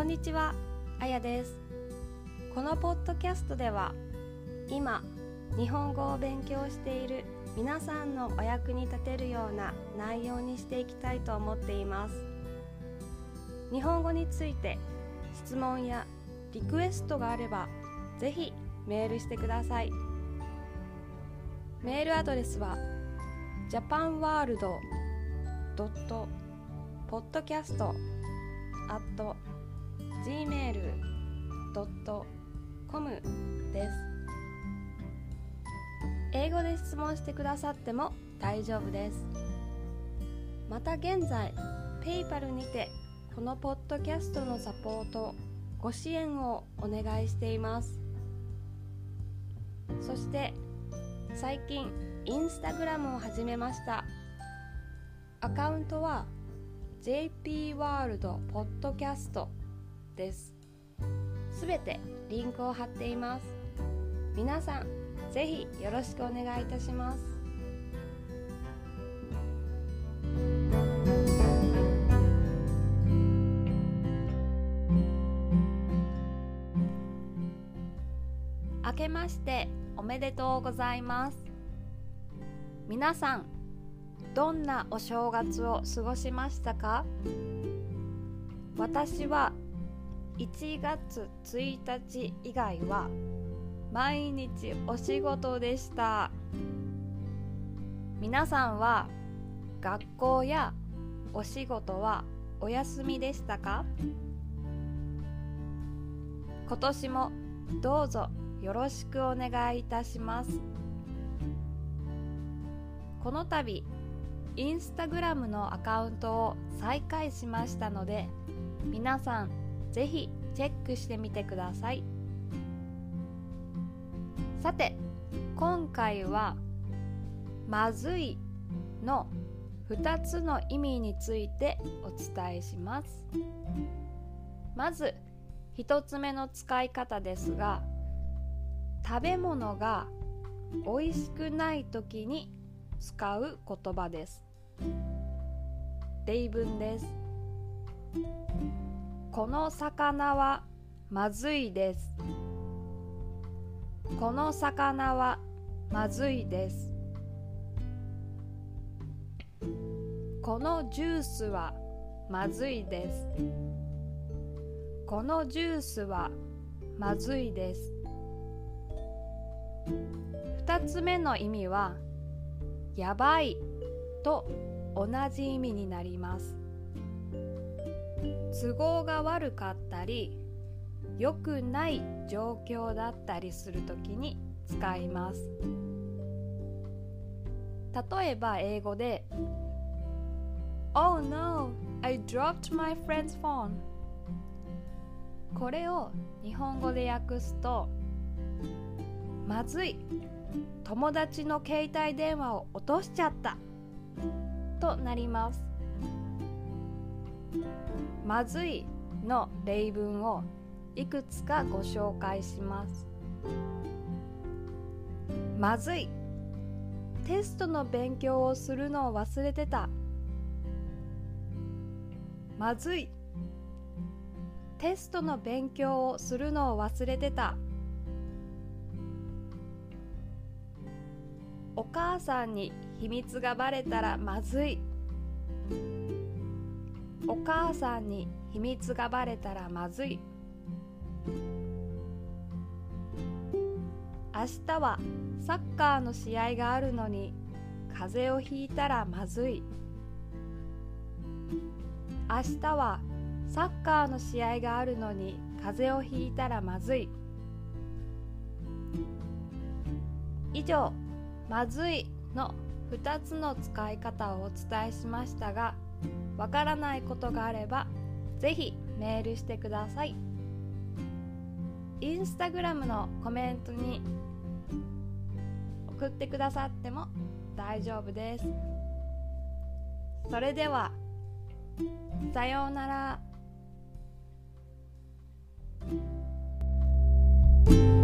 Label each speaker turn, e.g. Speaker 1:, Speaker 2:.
Speaker 1: こんにちは、あやです。このポッドキャストでは今日本語を勉強している皆さんのお役に立てるような内容にしていきたいと思っています。日本語について質問やリクエストがあればぜひメールしてください。メールアドレスは japanworld.podcast@gmail.com です。英語で質問してくださっても大丈夫です。また現在、PayPal にてこのポッドキャストのサポート、ご支援をお願いしています。そして最近インスタグラムを始めました。アカウントは JP ワールドポッドキャストです。すべてリンクを貼っています。皆さんぜひよろしくお願いいたします。明けましておめでとうございます。皆さんどんなお正月を過ごしましたか？私は1月1日以外は毎日お仕事でした。皆さんは学校やお仕事はお休みでしたか？今年もどうぞよろしくお願いいたします。この度インスタグラムのアカウントを再開しましたので、皆さんぜひチェックしてみてください。さて、今回はまずいの2つの意味についてお伝えします。まず1つ目の使い方ですが、食べ物が美味しくないときに使う言葉です。例文です。この魚はまずいです。この魚はまずいです。このジュースはまずいです。このジュースはまずいです。2つ目の意味はやばいと同じ意味になります。都合が悪かったり良くない状況だったりするときに使います。例えば英語で Oh no, I dropped my friend's phone。 これを日本語で訳すと、まずい、友達の携帯電話を落としちゃったとなります。まずいの例文をいくつかご紹介します。まずい、テストの勉強をするのを忘れてた。まずい、テストの勉強をするのを忘れてた。お母さんに秘密がバレたらまずい。お母さんに秘密がバレたらまずい。明日はサッカーの試合があるのに風邪をひいたらまずい。明日はサッカーの試合があるのに風邪をひいたらまずい。以上、まずいの2つの使い方をお伝えしましたが、わからないことがあればぜひメールしてください。インスタグラムのコメントに送ってくださっても大丈夫です。それではさようなら。